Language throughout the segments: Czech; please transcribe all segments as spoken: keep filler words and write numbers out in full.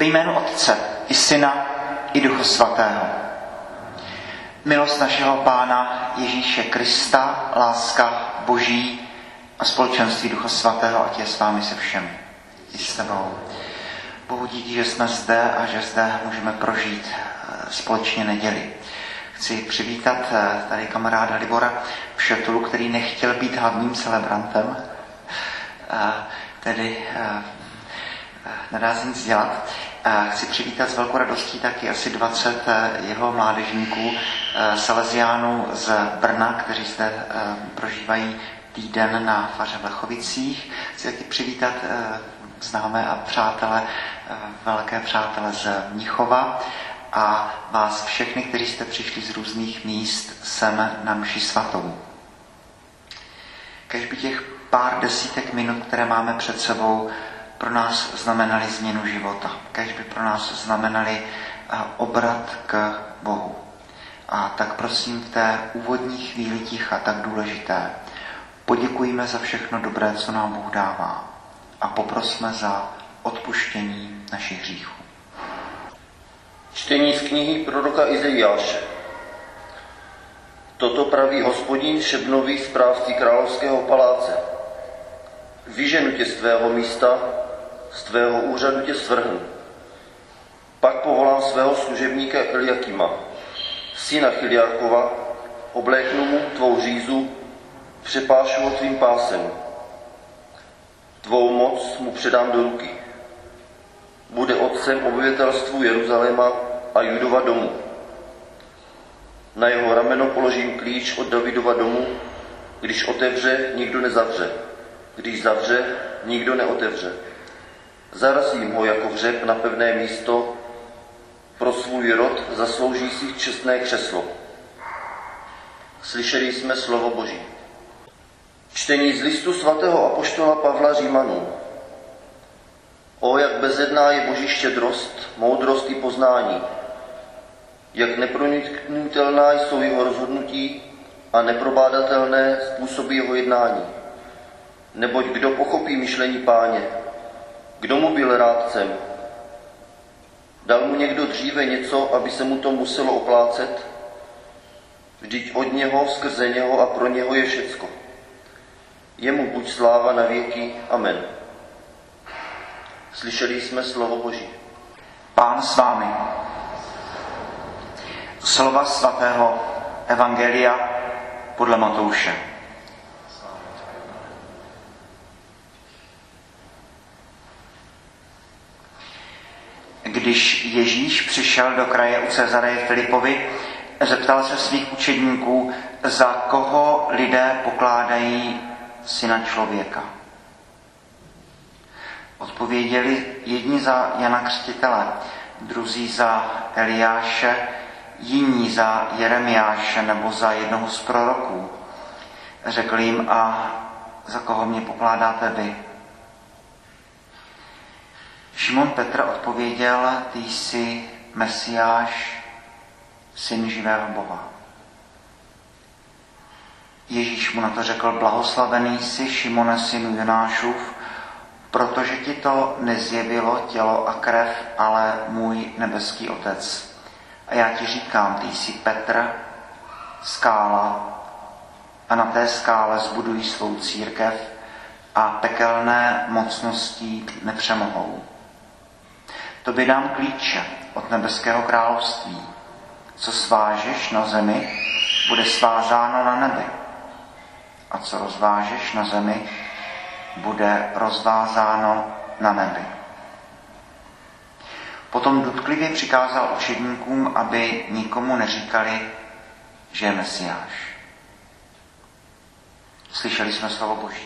Ve jménu Otce i Syna i Ducha Svatého. Milost našeho Pána Ježíše Krista, láska Boží a společenství Ducha Svatého, ať je s vámi se všemi. I s tebou. Bohu díky, že jsme zde a že zde můžeme prožít společně neděli. Chci přivítat tady kamaráda Libora Všetulu, který nechtěl být hlavním celebrantem, tedy nedá se nic dělat. Chci přivítat s velkou radostí taky asi dvacet jeho mládežníků, Salesiánů z Brna, kteří zde prožívají týden na faře v Lechovicích. Chci taky přivítat známé a přátelé, velké přátelé z Mnichova a vás všechny, kteří jste přišli z různých míst sem na mši svatou. Kéž by těch pár desítek minut, které máme před sebou, pro nás znamenali změnu života. Kéž by pro nás znamenali obrat k Bohu. A tak prosím v té úvodní chvíli ticha, tak důležité, poděkujme za všechno dobré, co nám Bůh dává. A poprosme za odpuštění našich hříchů. Čtení z knihy proroka Izajáše. Toto praví Hospodin šebnový správci královského paláce. Vyženu tě z tvého místa, z tvého úřadu tě svrhnu. Pak povolám svého služebníka Eliakima, syna Chiliákova, obléknu mu tvou řízu, přepášu ho tvým pásem. Tvou moc mu předám do ruky. Bude otcem obyvatelstvu Jeruzaléma a Judova domu. Na jeho rameno položím klíč od Davidova domu, když otevře, nikdo nezavře. Když zavře, nikdo neotevře. Zarazím ho jako hřeb na pevné místo, pro svůj rod zaslouží si čestné křeslo. Slyšeli jsme slovo Boží. Čtení z listu svatého apoštola Pavla Římanům. O, jak bezedná je Boží štědrost, moudrost i poznání. Jak neproniknutelná jsou jeho rozhodnutí a neprobádatelné způsoby jeho jednání. Neboť kdo pochopí myšlení Páně? Kdo mu byl rádcem? Dal mu někdo dříve něco, aby se mu to muselo oplácet? Vždyť od něho, skrze něho a pro něho je všecko. Jemu buď sláva na věky. Amen. Slyšeli jsme slovo Boží. Pán s vámi. Slova svatého Evangelia podle Matouše. Když Ježíš přišel do kraje u Cezareje Filipovi, zeptal se svých učedníků, za koho lidé pokládají Syna člověka. Odpověděli jedni za Jana Křtitele, druzí za Eliáše, jiní za Jeremiáše nebo za jednoho z proroků. Řekl jim, a za koho mě pokládáte vy? Šimon Petr odpověděl, ty jsi Mesiáš, syn živého Boha. Ježíš mu na to řekl, blahoslavený jsi, Šimone, synu Jonášův, protože ti to nezjevilo tělo a krev, ale můj nebeský Otec. A já ti říkám, ty jsi Petr, skála, a na té skále zbudují svou církev a pekelné mocnosti nepřemohou. Tobě dám klíče od nebeského království. Co svážeš na zemi, bude svázáno na nebi. A co rozvážeš na zemi, bude rozvázáno na nebi. Potom důtklivě přikázal učedníkům, aby nikomu neříkali, že je Mesiáš. Slyšeli jsme slovo Boží.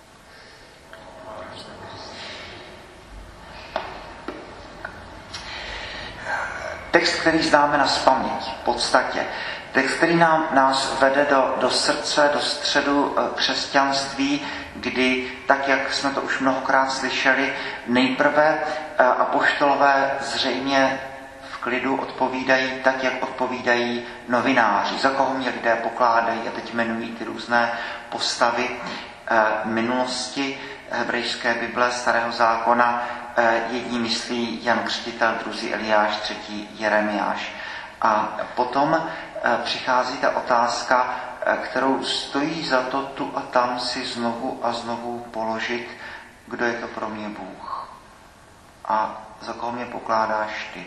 Text, který známe nazpaměť, v podstatě. Text, který nám, nás vede do, do srdce, do středu křesťanství, kdy, tak jak jsme to už mnohokrát slyšeli, nejprve apoštolové zřejmě v klidu odpovídají tak, jak odpovídají novináři, za koho mě lidé pokládají a teď jmenují ty různé postavy minulosti. hebrejské Bible Starého zákona. Jedni myslí Jan Křtitel, druzí Eliáš, třetí Jeremiáš. A potom přichází ta otázka, kterou stojí za to tu a tam si znovu a znovu položit, kdo je to pro mě Bůh a za koho mě pokládáš ty.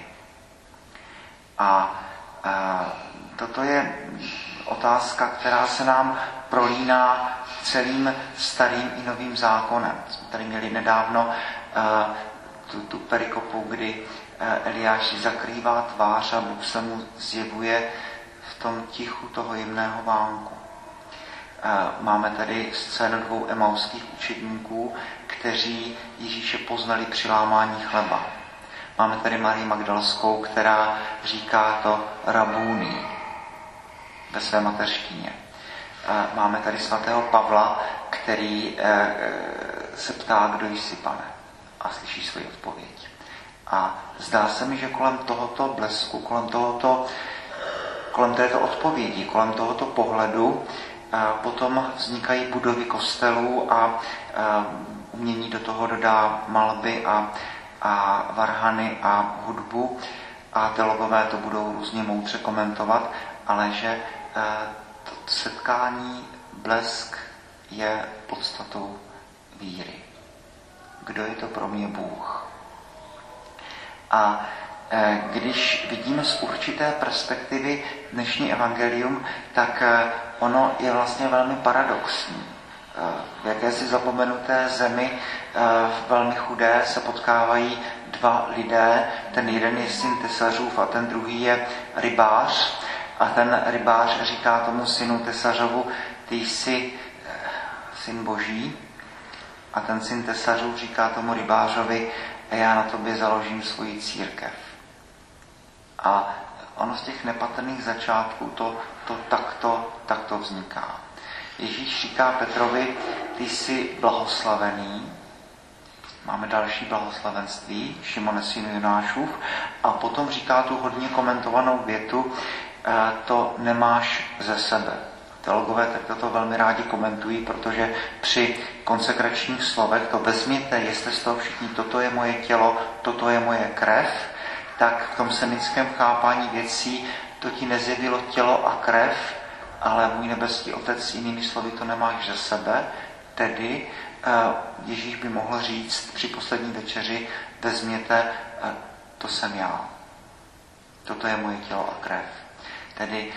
A, a toto je otázka, která se nám prolíná celým Starým i Novým zákonem. Jsme tady měli nedávno a, tu, tu perikopu, kdy Eliáš si zakrývá tvář a Bůh se mu zjevuje v tom tichu toho jemného vánku. Máme tady scénu dvou emauských učedníků, kteří Ježíše poznali při lámání chleba. Máme tady Marii Magdalskou, která říká to rabúny ve své mateřštině. Máme tady svatého Pavla, který se ptá, kdo jsi, Pane, a slyší svoji odpověď. A zdá se mi, že kolem tohoto blesku, kolem tohoto, kolem této odpovědi, kolem tohoto pohledu a potom vznikají budovy kostelů a, a umění do toho dodá malby a, a varhany a hudbu a teologové to budou různě moudře komentovat, ale že a, to setkání, blesk je podstatou víry. Kdo je to pro mě Bůh? A když vidíme z určité perspektivy dnešní evangelium, tak ono je vlastně velmi paradoxní. V jakési zapomenuté zemi, velmi chudé, se potkávají dva lidé. Ten jeden je syn tesařův a ten druhý je rybář. A ten rybář říká tomu synu tesařovu, ty jsi syn Boží. A ten syn tesařův říká tomu rybářovi, a já na tobě založím svoji církev. A ono z těch nepatrných začátků to, to takto, takto vzniká. Ježíš říká Petrovi, ty jsi blahoslavený. Máme další blahoslavenství, Šimone synu Jonášův. A potom říká tu hodně komentovanou větu, to nemáš ze sebe. Teologové tak to velmi rádi komentují, protože při konsekračních slovech to vezměte, jestli z toho všichni, toto je moje tělo, toto je moje krev, tak v tom semickém chápání věcí to ti nezjevilo tělo a krev, ale můj nebeský Otec, jinými slovy, to nemáš ze sebe. Tedy Ježíš by mohl říct při poslední večeři, vezměte, to jsem já. Toto je moje tělo a krev. Tedy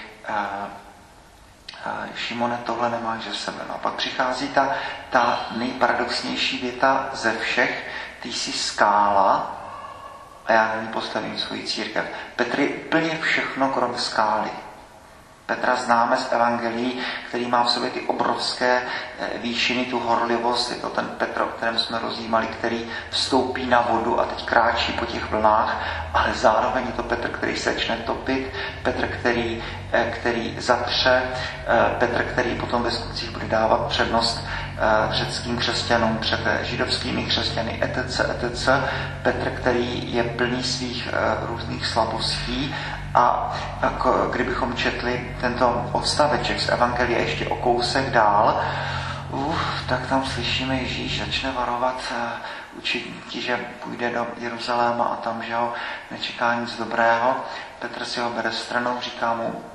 Šimone, tohle nemáš ze sebe. No a pak přichází ta, ta nejparadoxnější věta ze všech, ty jsi skála a já na ní postavím svoji církev. Petr je úplně všechno krom skály. Petra známe z evangelií, který má v sobě ty obrovské výšiny, tu horlivost. Je to ten Petr, o kterém jsme rozjímali, který vstoupí na vodu a teď kráčí po těch vlnách, ale zároveň je to Petr, který se začne topit, Petr, který, který zatře, Petr, který potom ve skutcích bude dávat přednost řeckým křesťanům před židovskými křesťany, et cetera, et cetera. Petr, který je plný svých různých slabostí. A kdybychom četli tento odstaveček z evangelia ještě o kousek dál, uf, tak tam slyšíme, Ježíš začne varovat učedníky, že půjde do Jeruzaléma a tam, že ho nečeká nic dobrého. Petr si ho bere stranou, říká mu,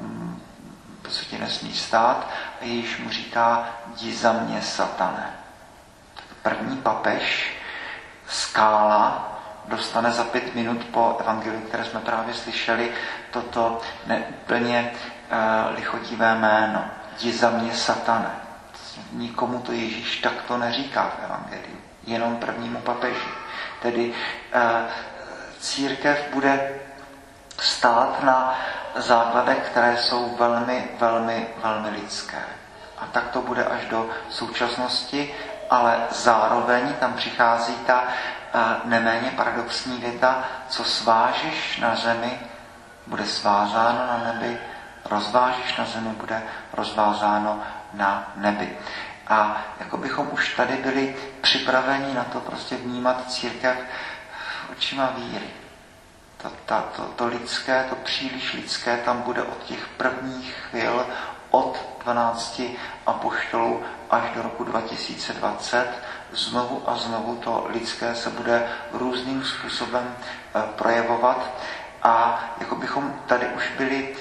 to se ti nesmí stát, a Ježíš mu říká, jdi za mě, satane. První papež, skála, dostane za pět minut po evangeliu, které jsme právě slyšeli, toto neúplně uh, lichotivé jméno. Jdi za mě, satane. Nikomu to Ježíš takto neříká v evangeliu. Jenom prvnímu papeži. Tedy uh, církev bude stát na základech, které jsou velmi, velmi, velmi lidské. A tak to bude až do současnosti, ale zároveň tam přichází ta neméně paradoxní věta, co svážeš na zemi, bude svázáno na nebi, rozvážeš na zemi, bude rozvázáno na nebi. A jako bychom už tady byli připraveni na to prostě vnímat církev očima víry. To, ta, to, to lidské, to příliš lidské tam bude od těch prvních chvil, od dvanácti apoštolů až do roku dva tisíce dvacet znovu a znovu to lidské se bude různým způsobem projevovat a jako bychom tady už byli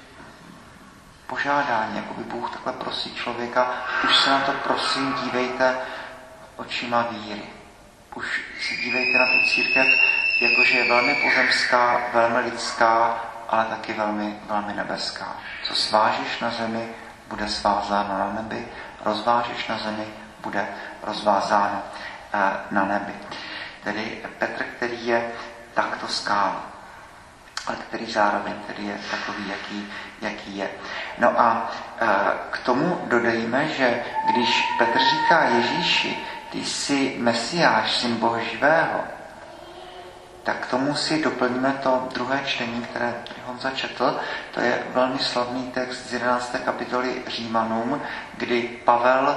požádání, jako by Bůh takhle prosí člověka, už se na to prosím dívejte očima víry. Už se dívejte na tu církev, jakože je velmi pozemská, velmi lidská, ale taky velmi, velmi nebeská. Co svážeš na zemi, bude svázáno na nebi, rozvážeš na zemi, bude rozvázáno na nebi. Tedy Petr, který je takto skál, ale který zároveň tedy je takový, jaký, jaký je. No a k tomu dodejme, že když Petr říká Ježíši, ty jsi Mesiáš, syn Boha živého, tak k tomu si doplníme to druhé čtení, které Honza četl. To je velmi slavný text z jedenácté kapitoly Římanům, kdy Pavel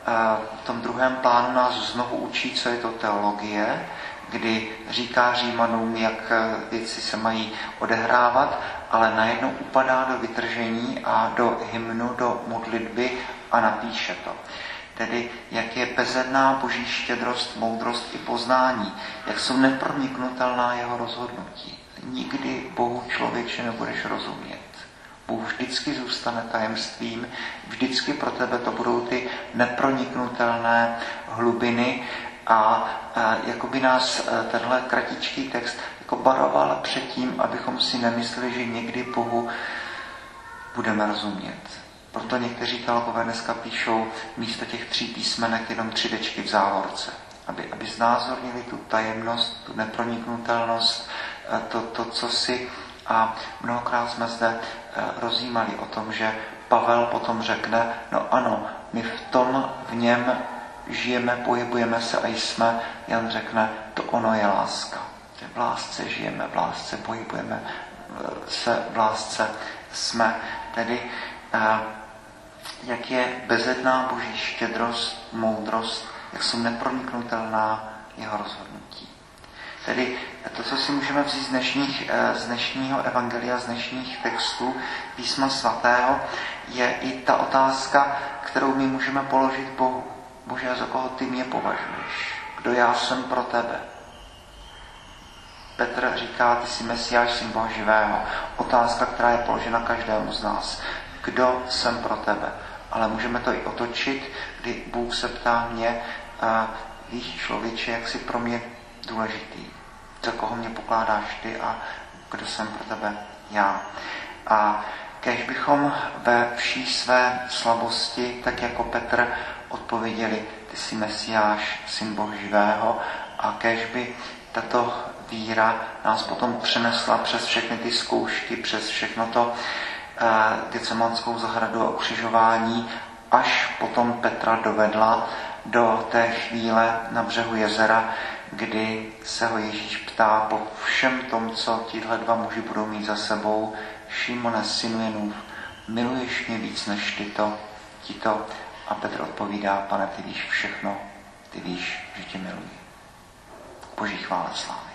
v tom druhém plánu nás znovu učí, co je to teologie, kdy říká Římanům, jak věci se mají odehrávat, ale najednou upadá do vytržení a do hymnu, do modlitby a napíše to. Tedy jak je bezedná boží štědrost, moudrost i poznání, jak jsou neproniknutelná jeho rozhodnutí. Nikdy Bohu člověče nebudeš rozumět. Bůh vždycky zůstane tajemstvím, vždycky pro tebe to budou ty neproniknutelné hlubiny a, a jako by nás tenhle kratičký text jako baroval před tím, abychom si nemysleli, že někdy Bohu budeme rozumět. Proto někteří teologové dneska píšou místo těch tří písmenek jenom tři tečky v závorce, aby, aby znázornili tu tajemnost, tu neproniknutelnost, to, to, co si. A mnohokrát jsme zde rozjímali o tom, že Pavel potom řekne, no ano, my v tom v něm žijeme, pohybujeme se a jsme. Jan řekne, to ono je láska. Že v lásce žijeme, v lásce pohybujeme se, v lásce jsme. Tedy jak je bezedná boží štědrost, moudrost, jak jsou neproniknutelná jeho rozhodnutí. Tedy to, co si můžeme vzít z, dnešních, z dnešního evangelia, z dnešních textů Písma svatého, je i ta otázka, kterou my můžeme položit Bohu. Bože, za koho ty mě považuješ? Kdo já jsem pro tebe? Petr říká, ty jsi Mesiáš, syn Boha živého. Otázka, která je položena každému z nás. Kdo jsem pro tebe? Ale můžeme to i otočit, kdy Bůh se ptá mě, víš člověče, jak jsi pro mě důležitý? Za koho mě pokládáš ty a kdo jsem pro tebe já? A kéž bychom ve vší své slabosti, tak jako Petr, odpověděli, ty jsi Mesiáš, syn Boha živého, a kéž by tato víra nás potom přenesla přes všechny ty zkoušky, přes všechno to Getsemanskou zahradu a ukřižování, až potom Petra dovedla do té chvíle na břehu jezera, kdy se ho Ježíš ptá po všem tom, co tihle dva muži budou mít za sebou, Šimone, synu Janův, miluješ mě víc než tyto, tito? A Petr odpovídá, Pane, ty víš všechno, ty víš, že tě miluji. Boží chvála, sláva.